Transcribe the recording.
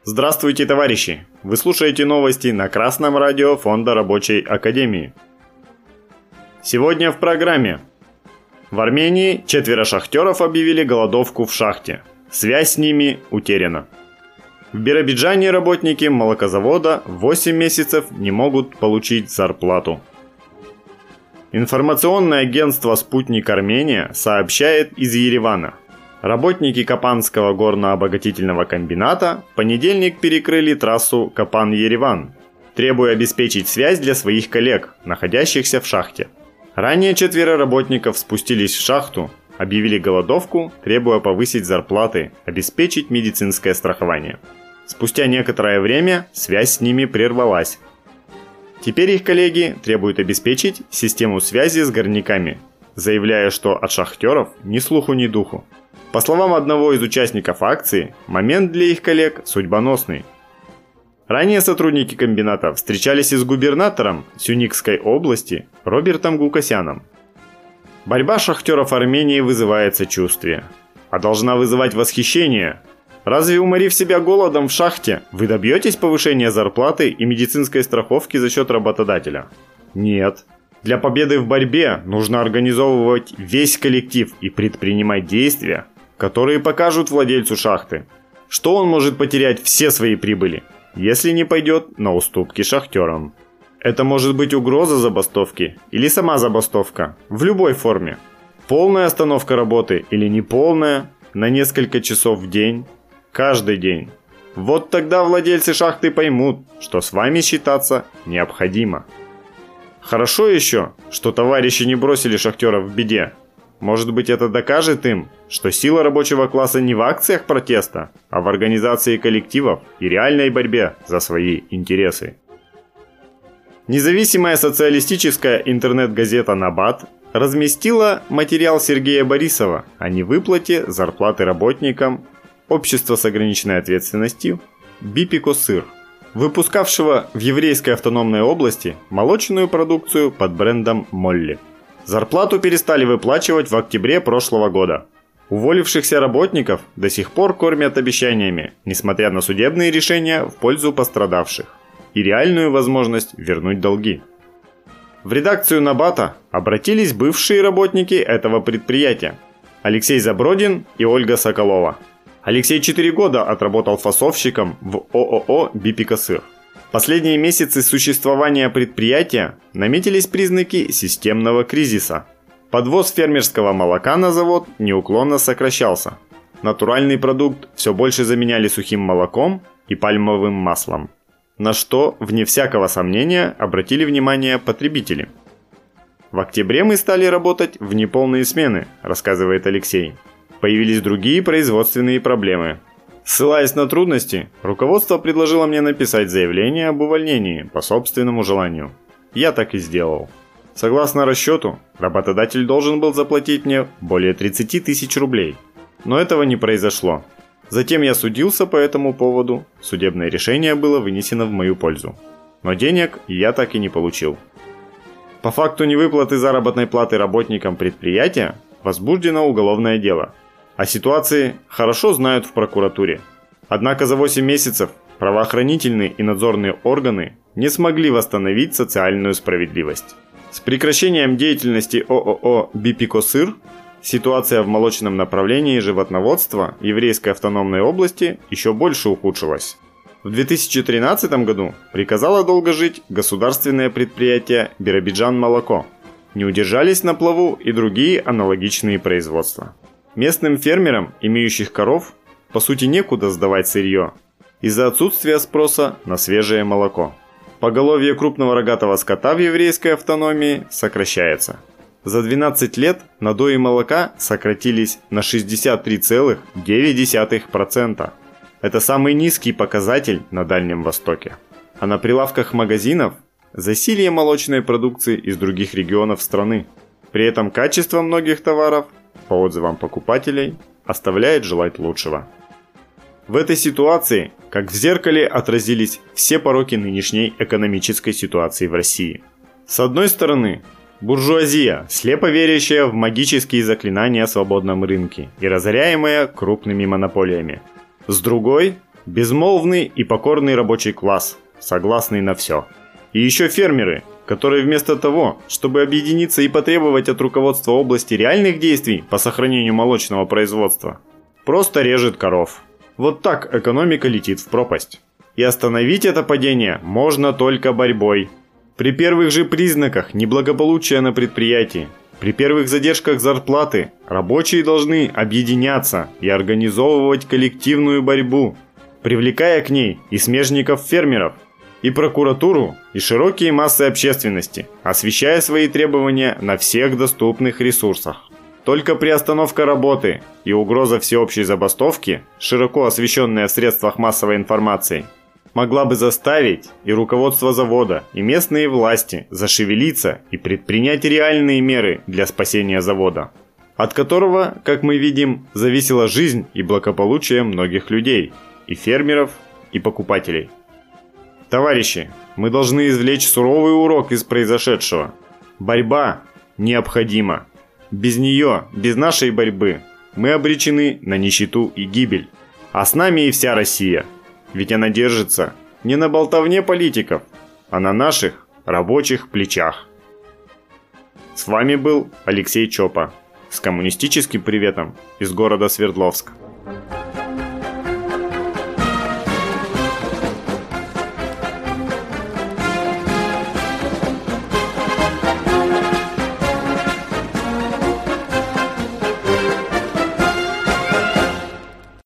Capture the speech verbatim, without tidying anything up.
Здравствуйте, товарищи! Вы слушаете новости на Красном радио Фонда Рабочей Академии. Сегодня в программе. В Армении четверо шахтеров объявили голодовку в шахте. Связь с ними утеряна. В Биробиджане работники молокозавода восемь месяцев не могут получить зарплату. Информационное агентство «Спутник Армения» сообщает из Еревана. Работники Капанского горно-обогатительного комбината в понедельник перекрыли трассу Капан-Ереван, требуя обеспечить связь для своих коллег, находящихся в шахте. Ранее четверо работников спустились в шахту, объявили голодовку, требуя повысить зарплаты, обеспечить медицинское страхование. Спустя некоторое время связь с ними прервалась. Теперь их коллеги требуют обеспечить систему связи с горняками, заявляя, что от шахтеров ни слуху, ни духу. По словам одного из участников акции, момент для их коллег судьбоносный. Ранее сотрудники комбината встречались и с губернатором Сюникской области Робертом Гукасяном. Борьба шахтеров Армении вызывает сочувствие, а должна вызывать восхищение. Разве, уморив себя голодом в шахте, вы добьетесь повышения зарплаты и медицинской страховки за счет работодателя? Нет. Для победы в борьбе нужно организовывать весь коллектив и предпринимать действия, которые покажут владельцу шахты, что он может потерять все свои прибыли, если не пойдет на уступки шахтерам. Это может быть угроза забастовки или сама забастовка, в любой форме. Полная остановка работы или неполная, на несколько часов в день, каждый день. Вот тогда владельцы шахты поймут, что с вами считаться необходимо. Хорошо еще, что товарищи не бросили шахтеров в беде. Может быть, это докажет им, что сила рабочего класса не в акциях протеста, а в организации коллективов и реальной борьбе за свои интересы. Независимая социалистическая интернет-газета «Набат» разместила материал Сергея Борисова о невыплате зарплаты работникам Общества с ограниченной ответственностью «Бипикосыр», выпускавшего в еврейской автономной области молочную продукцию под брендом «Молли». Зарплату перестали выплачивать в октябре прошлого года. Уволившихся работников до сих пор кормят обещаниями, несмотря на судебные решения в пользу пострадавших и реальную возможность вернуть долги. В редакцию «Набата» обратились бывшие работники этого предприятия Алексей Забродин и Ольга Соколова. Алексей четыре года отработал фасовщиком в ООО «Бипикосыр». Последние месяцы существования предприятия наметились признаки системного кризиса. Подвоз фермерского молока на завод неуклонно сокращался. Натуральный продукт все больше заменяли сухим молоком и пальмовым маслом. На что, вне всякого сомнения, обратили внимание потребители. В октябре мы стали работать в неполные смены, рассказывает Алексей. Появились другие производственные проблемы. Ссылаясь на трудности, руководство предложило мне написать заявление об увольнении по собственному желанию. Я так и сделал. Согласно расчету, работодатель должен был заплатить мне более тридцать тысяч рублей. Но этого не произошло. Затем я судился по этому поводу, судебное решение было вынесено в мою пользу. Но денег я так и не получил. По факту невыплаты заработной платы работникам предприятия возбуждено уголовное дело. О ситуации хорошо знают в прокуратуре. Однако за восемь месяцев правоохранительные и надзорные органы не смогли восстановить социальную справедливость. С прекращением деятельности ООО «Бипикосыр» ситуация в молочном направлении животноводства еврейской автономной области еще больше ухудшилась. В две тысячи тринадцатом году приказало долго жить государственное предприятие «Биробиджан-молоко». Не удержались на плаву и другие аналогичные производства. Местным фермерам, имеющих коров, по сути некуда сдавать сырье из-за отсутствия спроса на свежее молоко. Поголовье крупного рогатого скота в еврейской автономии сокращается. За двенадцать лет надои молока сократились на шестьдесят три целых девять десятых процента. Это самый низкий показатель на Дальнем Востоке. А на прилавках магазинов засилье молочной продукции из других регионов страны. При этом качество многих товаров, по отзывам покупателей, оставляет желать лучшего. В этой ситуации, как в зеркале, отразились все пороки нынешней экономической ситуации в России. С одной стороны, буржуазия, слепо верящая в магические заклинания о свободном рынке и разоряемая крупными монополиями. С другой, Безмолвный и покорный рабочий класс, согласный на все. И еще фермеры, которые вместо того, чтобы объединиться и потребовать от руководства области реальных действий по сохранению молочного производства, просто режет коров. Вот так экономика летит в пропасть. И остановить это падение можно только борьбой. При первых же признаках неблагополучия на предприятии, при первых задержках зарплаты, рабочие должны объединяться и организовывать коллективную борьбу, привлекая к ней и смежников фермеров, и прокуратуру, и широкие массы общественности, освещая свои требования на всех доступных ресурсах. Только приостановка работы и угроза всеобщей забастовки, широко освещенная в средствах массовой информации, могла бы заставить и руководство завода, и местные власти зашевелиться и предпринять реальные меры для спасения завода, от которого, как мы видим, зависела жизнь и благополучие многих людей, и фермеров, и покупателей. Товарищи, мы должны извлечь суровый урок из произошедшего. Борьба необходима. Без нее, без нашей борьбы, мы обречены на нищету и гибель. А с нами и вся Россия. Ведь она держится не на болтовне политиков, а на наших рабочих плечах. С вами был Алексей Чопа с коммунистическим приветом из города Свердловск.